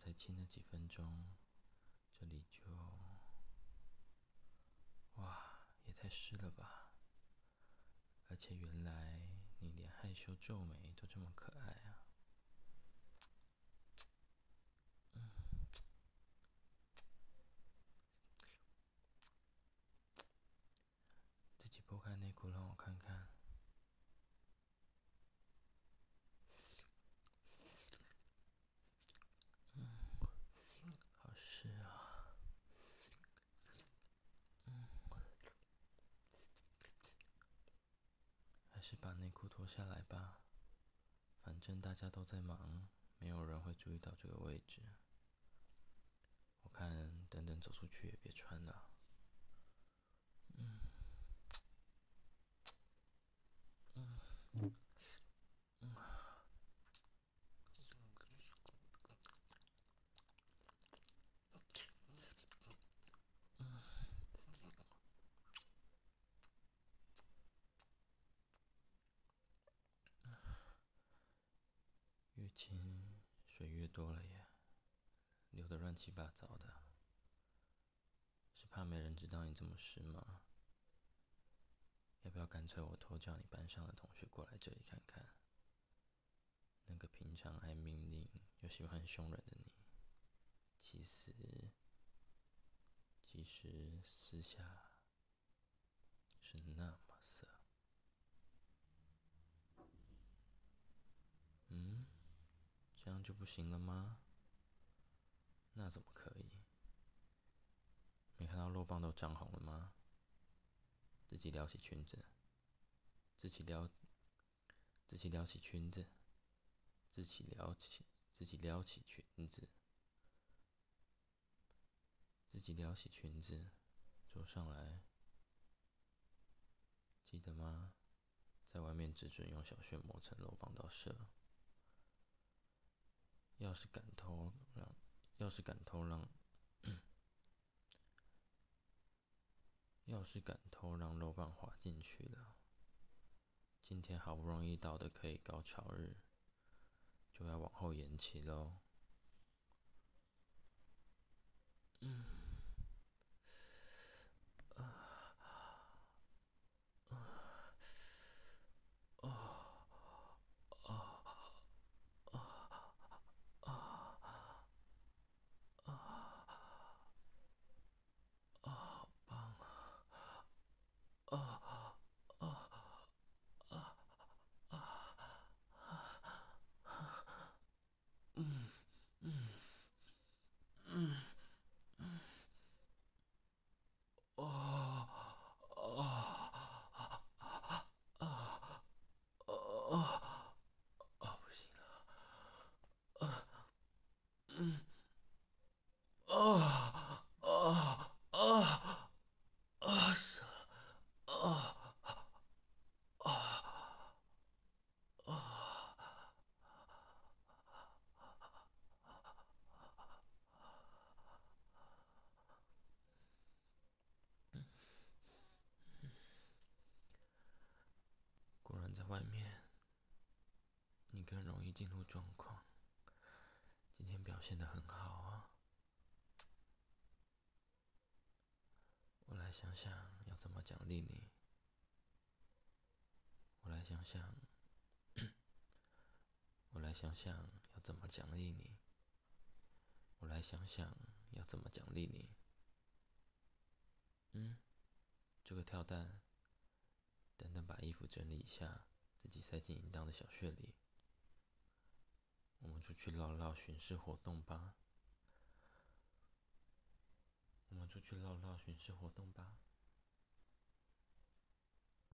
才亲了几分钟，这里就……哇，也太湿了吧！而且原来你连害羞皱眉都这么可爱啊！自己剥开内裤让我看看。好湿啊！还是把内裤脱下来吧，反正大家都在忙，没有人会注意到这个位置。我看等等走出去也别穿了。越亲水越多了耶，流得乱七八糟的。是怕没人知道你这么湿吗？要不要干脆我偷叫你班上的同学过来这里看看？那个平常爱命令又喜欢凶人的你，其实私下是那么色。嗯，这样就不行了吗？那怎么可以？没看到肉棒都涨红了吗？自己撩起裙子，自己撩起裙子，自己撩起裙子，自己撩起裙子，坐上来，记得吗？在外面只准用小穴磨成肉棒到射。要是敢偷让，要是敢偷让，要是敢偷让肉棒滑进去了，今天好不容易到的可以高潮日，就要往后延期喽。不行死果然在外面，你更容易进入状况。今天表现得很好啊。我来想想要怎么奖励你。我来想想，我来想想要怎么奖励你。我来想想要怎么奖励你。这个跳蛋，等等把衣服整理一下，自己塞进淫荡的小穴里。我们出去绕绕巡视活动吧。我们出去绕绕巡视活动吧。